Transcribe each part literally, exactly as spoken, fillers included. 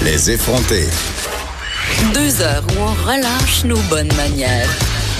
Les effrontés. Deux heures où on relâche nos bonnes manières.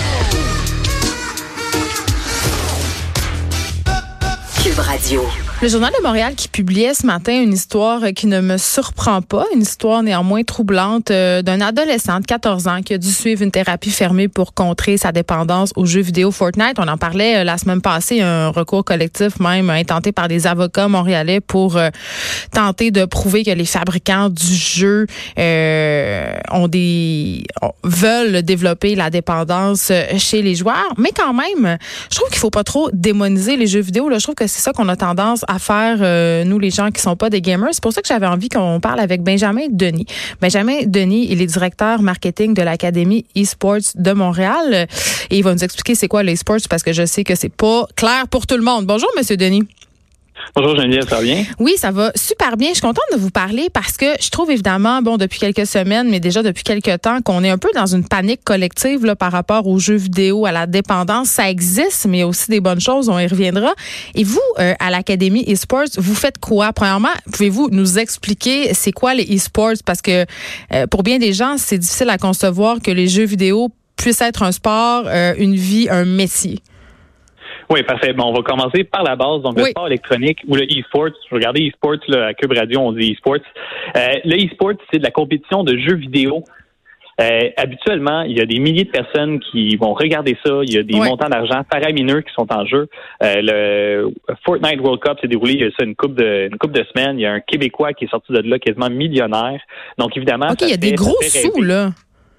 Cube Radio. Le Journal de Montréal qui publiait ce matin une histoire qui ne me surprend pas, une histoire néanmoins troublante euh, d'un adolescent de quatorze ans qui a dû suivre une thérapie fermée pour contrer sa dépendance aux jeux vidéo Fortnite. On en parlait euh, la semaine passée, un recours collectif même intenté par des avocats montréalais pour euh, tenter de prouver que les fabricants du jeu euh, ont des veulent développer la dépendance chez les joueurs. Mais quand même, je trouve qu'il faut pas trop démoniser les jeux vidéo. Là, je trouve que c'est ça qu'on a tendance à faire, euh, nous, les gens qui sont pas des gamers. C'est pour ça que j'avais envie qu'on parle avec Benjamin Denis. Benjamin Denis, il est directeur marketing de l'Académie eSports de Montréal. Et il va nous expliquer c'est quoi l'eSports parce que je sais que c'est pas clair pour tout le monde. Bonjour, Monsieur Denis. Bonjour Geneviève, ça va bien? Oui, ça va super bien. Je suis contente de vous parler parce que je trouve évidemment, bon, depuis quelques semaines, mais déjà depuis quelques temps, qu'on est un peu dans une panique collective là, par rapport aux jeux vidéo, à la dépendance. Ça existe, mais il y a aussi des bonnes choses, on y reviendra. Et vous, euh, à l'Académie eSports, vous faites quoi? Premièrement, pouvez-vous nous expliquer c'est quoi les eSports? Parce que euh, pour bien des gens, c'est difficile à concevoir que les jeux vidéo puissent être un sport, euh, une vie, un métier. Oui, parfait. Bon, on va commencer par la base. Donc, le oui. sport électronique ou le e-sport. Regardez e-sport, là, à Cube Radio, on dit e-sport. Euh, le e-sport, c'est de la compétition de jeux vidéo. Euh, habituellement, il y a des milliers de personnes qui vont regarder ça. Il y a des oui. montants d'argent faramineux qui sont en jeu. Euh, le Fortnite World Cup s'est déroulé il y a ça une couple de une couple de semaines. Il y a un Québécois qui est sorti de là quasiment millionnaire. Donc, évidemment, OK, il y a fait, des gros sous, là.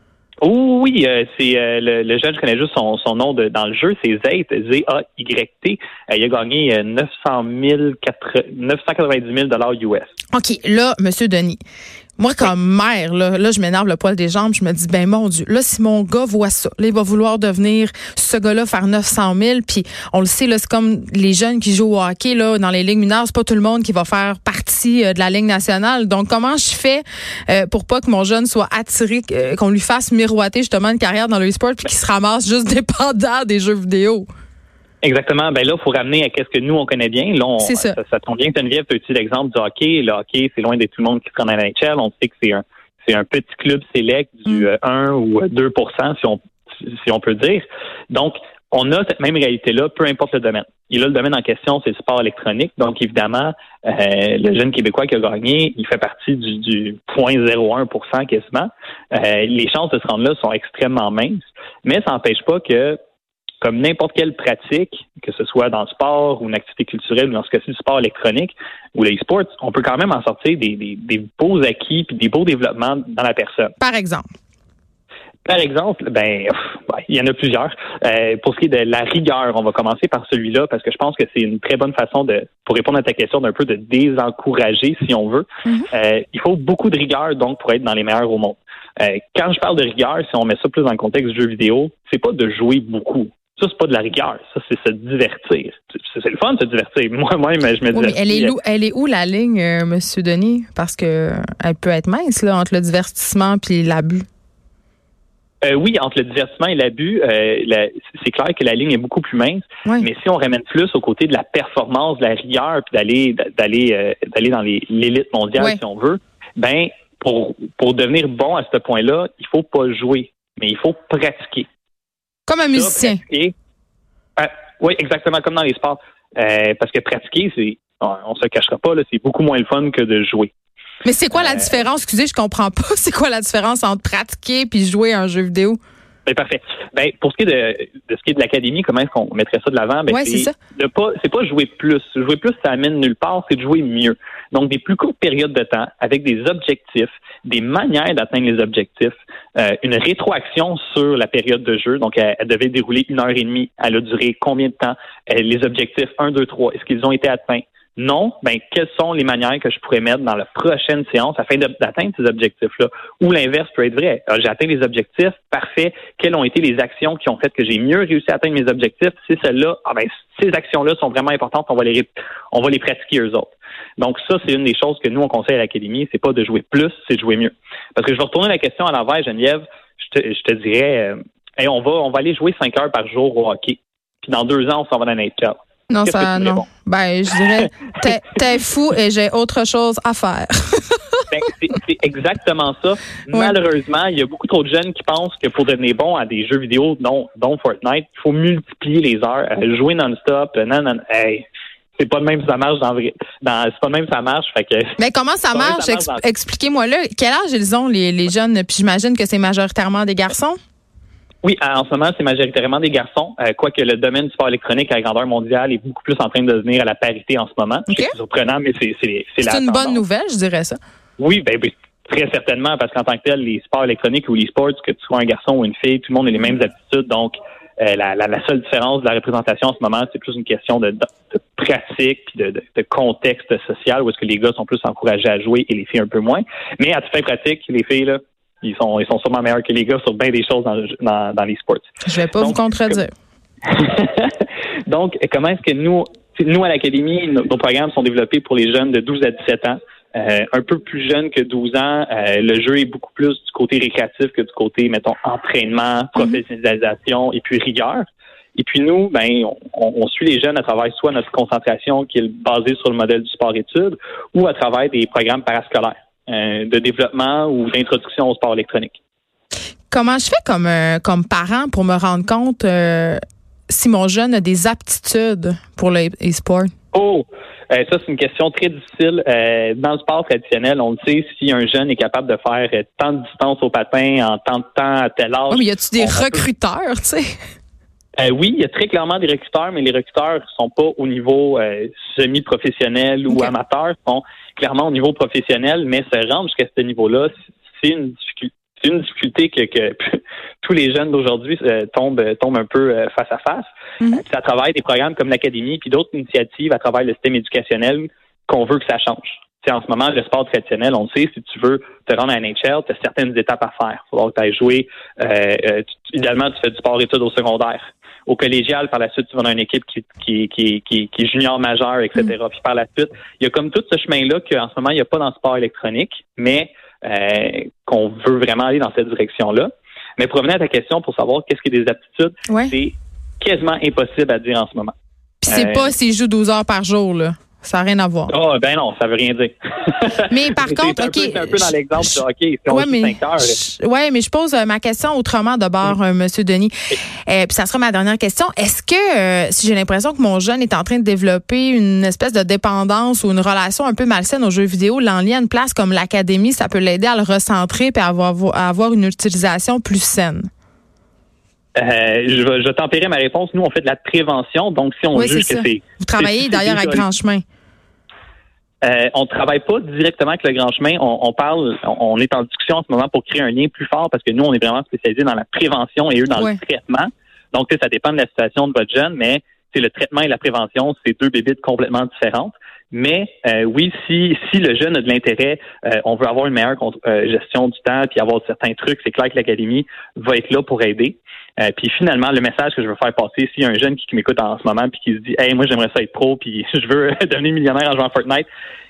Oh, oui, euh, c'est euh, le, le jeune, je connais juste son, son nom de, dans le jeu, c'est Zayt, Z A Y T. Euh, il a gagné euh, neuf cent mille, neuf cent quatre-vingt-dix mille dollars U S. OK, là, Monsieur Denis, moi, comme mère, là, là, je m'énerve le poil des jambes. Je me dis, ben mon Dieu, là, si mon gars voit ça, là, il va vouloir devenir ce gars-là, faire neuf cent mille. Puis, on le sait, là, c'est comme les jeunes qui jouent au hockey, là, dans les ligues mineures. C'est pas tout le monde qui va faire partie euh, de la Ligue nationale. Donc, comment je fais euh, pour pas que mon jeune soit attiré, euh, qu'on lui fasse miroiter justement une carrière dans le e-sport puis qu'il se ramasse juste dépendant des jeux vidéo? Exactement. Ben là, il faut ramener à qu'est-ce que nous, on connaît bien. Là, on, c'est ça. Ça, ça tombe bien que Geneviève, tu as utilisé l'exemple du hockey. Le hockey, c'est loin d'être tout le monde qui se rend à la N H L. On sait que c'est un, c'est un petit club select du mm. un ou deux pour cent, si on, si on peut dire. Donc, on a cette même réalité-là, peu importe le domaine. Et là, le domaine en question, c'est le sport électronique. Donc, évidemment, euh, le jeune Québécois qui a gagné, il fait partie du, du zéro virgule zéro un pour cent quasiment. Euh, les chances de se rendre là sont extrêmement minces. Mais ça n'empêche pas que comme n'importe quelle pratique, que ce soit dans le sport ou une activité culturelle, ou dans ce cas-ci du sport électronique ou le e-sport, on peut quand même en sortir des, des, des beaux acquis puis des beaux développements dans la personne. Par exemple? Par exemple, ben, pff, il y en a plusieurs. Euh, pour ce qui est de la rigueur, on va commencer par celui-là parce que je pense que c'est une très bonne façon de, pour répondre à ta question, d'un peu de désencourager, si on veut. Mm-hmm. Euh, il faut beaucoup de rigueur, donc, pour être dans les meilleurs au monde. Euh, quand je parle de rigueur, si on met ça plus dans le contexte du jeu vidéo, c'est pas de jouer beaucoup. Ça, c'est pas de la rigueur. Ça, c'est se divertir. C'est, c'est le fun de se divertir. Moi-même, je me oui, divertis. Mais elle est où, elle est où la ligne, euh, Monsieur Denis? Parce que elle peut être mince, là, entre le divertissement et l'abus. Euh, oui, entre le divertissement et l'abus, euh, la, c'est clair que la ligne est beaucoup plus mince. Oui. Mais si on ramène plus au côté de la performance, de la rigueur, puis d'aller d'aller euh, d'aller dans les, l'élite mondiale, oui. si on veut, ben pour pour devenir bon à ce point-là, il faut pas jouer, mais il faut pratiquer. Comme un musicien. Euh, oui, exactement, comme dans les sports. Euh, parce que pratiquer, c'est, on, on se cachera pas, là, c'est beaucoup moins le fun que de jouer. Mais c'est quoi la euh, différence? Excusez, je comprends pas. C'est quoi la différence entre pratiquer puis jouer à un jeu vidéo? Ben, parfait. Ben, pour ce qui est de, de ce qui est de l'académie, comment est-ce qu'on mettrait ça de l'avant? Ben, ouais, c'est, c'est ça. De pas, c'est pas jouer plus. Jouer plus, ça amène nulle part, c'est de jouer mieux. Donc, des plus courtes périodes de temps, avec des objectifs, des manières d'atteindre les objectifs, euh, une rétroaction sur la période de jeu. Donc, elle, elle devait dérouler une heure et demie. Elle a duré combien de temps? Euh, les objectifs un, deux, trois, est-ce qu'ils ont été atteints? Non, ben quelles sont les manières que je pourrais mettre dans la prochaine séance afin de, d'atteindre ces objectifs-là? Ou l'inverse peut être vrai. Alors, j'ai atteint les objectifs, parfait. Quelles ont été les actions qui ont fait que j'ai mieux réussi à atteindre mes objectifs? Si celles-là, ah ben ces actions-là sont vraiment importantes, on va les on va les pratiquer eux autres. Donc ça, c'est une des choses que nous on conseille à l'académie, c'est pas de jouer plus, c'est de jouer mieux. Parce que je vais retourner la question à l'envers, Geneviève. Je te, je te dirais, euh, hey, on va on va aller jouer cinq heures par jour au hockey. Puis dans deux ans, on s'en va dans la N H L. Non, Qu'est-ce ça, non. Ben, je dirais, t'es, t'es fou et j'ai autre chose à faire. Ben, c'est, c'est exactement ça. Ouais. Malheureusement, il y a beaucoup trop de jeunes qui pensent que pour devenir bon à des jeux vidéo, dont, dont Fortnite, il faut multiplier les heures, euh, jouer non-stop. Non, non, hey, c'est pas de même ça marche dans vrai. Dans, c'est pas de même ça marche. Fait que, mais comment ça marche? Ça marche dans... Expliquez-moi là. Quel âge ils ont les, les jeunes? Puis j'imagine que c'est majoritairement des garçons. Oui, en ce moment, c'est majoritairement des garçons, euh, quoique le domaine du sport électronique à grandeur mondiale est beaucoup plus en train de devenir à la parité en ce moment. Okay. C'est surprenant, mais c'est, c'est, c'est, c'est la une tendance. Bonne nouvelle, je dirais ça. Oui, ben, ben très certainement, parce qu'en tant que tel, les sports électroniques ou les sports, que tu sois un garçon ou une fille, tout le monde a les mêmes aptitudes. Donc, euh, la, la, la seule différence de la représentation en ce moment, c'est plus une question de, de, de pratique puis de, de, de contexte social, où est-ce que les gars sont plus encouragés à jouer et les filles un peu moins. Mais à toute fin pratique, les filles, là, Ils sont, ils sont sûrement meilleurs que les gars sur bien des choses dans, dans, dans les sports. Je vais pas Donc, vous contredire. Donc, comment est-ce que nous, nous à l'Académie, nos, nos programmes sont développés pour les jeunes de douze à dix-sept ans, euh, un peu plus jeunes que douze ans. Euh, le jeu est beaucoup plus du côté récréatif que du côté, mettons, entraînement, professionnalisation et puis rigueur. Et puis nous, ben, on, on suit les jeunes à travers soit notre concentration qui est basée sur le modèle du sport-études ou à travers des programmes parascolaires. Euh, de développement ou d'introduction au sport électronique. Comment je fais comme euh, comme parent pour me rendre compte euh, si mon jeune a des aptitudes pour le e-sport? Oh, euh, ça c'est une question très difficile. Euh, dans le sport traditionnel, on le sait, si un jeune est capable de faire euh, tant de distance au patin en tant de temps à tel âge... Oui, mais y a-tu des recruteurs, tu sais? Euh, oui, il y a très clairement des recruteurs, mais les recruteurs sont pas au niveau euh, semi-professionnel ou okay. amateur, sont clairement au niveau professionnel, mais se rendre jusqu'à ce niveau-là, c'est une difficulté, c'est une difficulté que, que tous les jeunes d'aujourd'hui euh, tombent, tombent un peu euh, face à face. Mm-hmm. Euh, c'est à travers des programmes comme l'Académie puis d'autres initiatives à travers le système éducationnel qu'on veut que ça change. T'sais, en ce moment, le sport traditionnel, on le sait, si tu veux te rendre à N H L, tu as certaines étapes à faire. Il faudra que tu ailles jouer. Euh, euh, tu, idéalement, tu fais du sport-études au secondaire. Au collégial, par la suite, tu vas dans une équipe qui, qui, qui, qui, qui est junior majeur, et cetera. Mm. Puis par la suite, il y a comme tout ce chemin-là qu'en ce moment, il n'y a pas dans le sport électronique, mais euh, qu'on veut vraiment aller dans cette direction-là. Mais pour revenir à ta question, pour savoir qu'est-ce qui est des aptitudes, ouais. c'est quasiment impossible à dire en ce moment. Puis c'est euh, pas s'il joue douze heures par jour, là. Ça n'a rien à voir. Ah, oh, ben non, ça veut rien dire. Mais par contre, OK. C'est un peu dans l'exemple de OK, si on ouais, joue mais, cinq heures. Oui, mais je pose euh, ma question autrement d'abord, mm. euh, M. Denis. Euh, puis ça sera ma dernière question. Est-ce que, euh, si j'ai l'impression que mon jeune est en train de développer une espèce de dépendance ou une relation un peu malsaine aux jeux vidéo, l'enlier à une place comme l'Académie, ça peut l'aider à le recentrer et à avoir, à avoir une utilisation plus saine? Euh, je vais, je vais tempérer ma réponse. Nous, on fait de la prévention. Donc, si on oui, juge c'est que ça. c'est... Vous travaillez c'est, d'ailleurs c'est avec Grand Chemin. Euh, on ne travaille pas directement avec le Grand Chemin. On, on parle, on, on est en discussion en ce moment pour créer un lien plus fort parce que nous, on est vraiment spécialisés dans la prévention et eux dans ouais. le traitement. Donc, ça dépend de la situation de votre jeune, mais le traitement et la prévention, c'est deux bébites complètement différentes. Mais euh, oui, si si le jeune a de l'intérêt, euh, on veut avoir une meilleure euh, gestion du temps puis avoir certains trucs, c'est clair que l'Académie va être là pour aider. Euh, puis finalement, le message que je veux faire passer, s'il y a un jeune qui, qui m'écoute en ce moment puis qui se dit « Hey, moi j'aimerais ça être pro puis je veux devenir millionnaire en jouant à Fortnite »,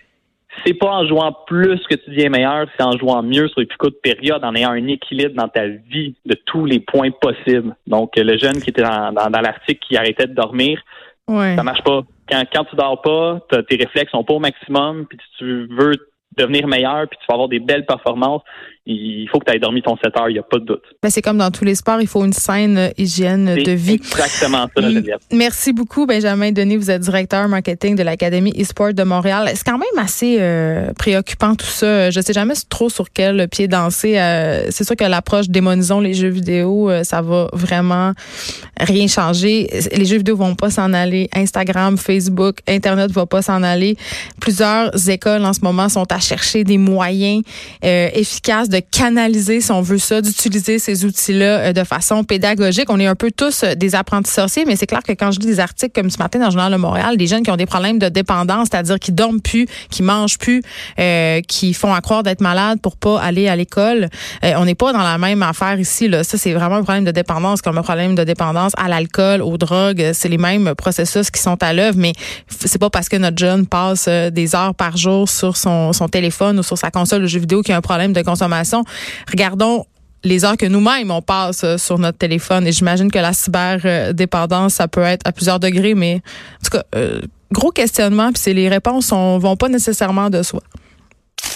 c'est pas en jouant plus que tu deviens meilleur, c'est en jouant mieux sur les plus courtes périodes, en ayant un équilibre dans ta vie de tous les points possibles. Donc, le jeune qui était dans, dans, dans l'article qui arrêtait de dormir, ouais. ça marche pas. Quand, quand tu dors pas, tes réflexes sont pas au maximum, puis si tu veux devenir meilleur, puis tu vas avoir des belles performances, il faut que tu aies dormi ton sept heures, il n'y a pas de doute. Ben, c'est comme dans tous les sports, il faut une saine hygiène c'est de vie. Exactement ça, Geneviève. Merci beaucoup, Benjamin Denis. Vous êtes directeur marketing de l'Académie e-sport de Montréal. C'est quand même assez euh, préoccupant tout ça. Je sais jamais trop sur quel pied danser. Euh, c'est sûr que l'approche démonisons les jeux vidéo, euh, ça va vraiment rien changer. Les jeux vidéo vont pas s'en aller. Instagram, Facebook, Internet va pas s'en aller. Plusieurs écoles en ce moment sont à chercher des moyens euh, efficaces de canaliser, si on veut ça, d'utiliser ces outils-là euh, de façon pédagogique. On est un peu tous euh, des apprentis sorciers, mais c'est clair que quand je lis des articles comme ce matin dans le Journal de Montréal, des jeunes qui ont des problèmes de dépendance, c'est-à-dire qui dorment plus, qui mangent plus, euh, qui font à croire d'être malades pour pas aller à l'école. Euh, on n'est pas dans la même affaire ici, là. Ça, c'est vraiment un problème de dépendance comme un problème de dépendance à l'alcool, aux drogues. C'est les mêmes processus qui sont à l'œuvre, mais c'est pas parce que notre jeune passe euh, des heures par jour sur son, son téléphone ou sur sa console de jeux vidéo qu'il y a un problème de consommation. Regardons les heures que nous-mêmes on passe euh, sur notre téléphone et j'imagine que la cyberdépendance, ça peut être à plusieurs degrés, mais en tout cas, euh, gros questionnement, puis c'est les réponses on, vont pas nécessairement de soi.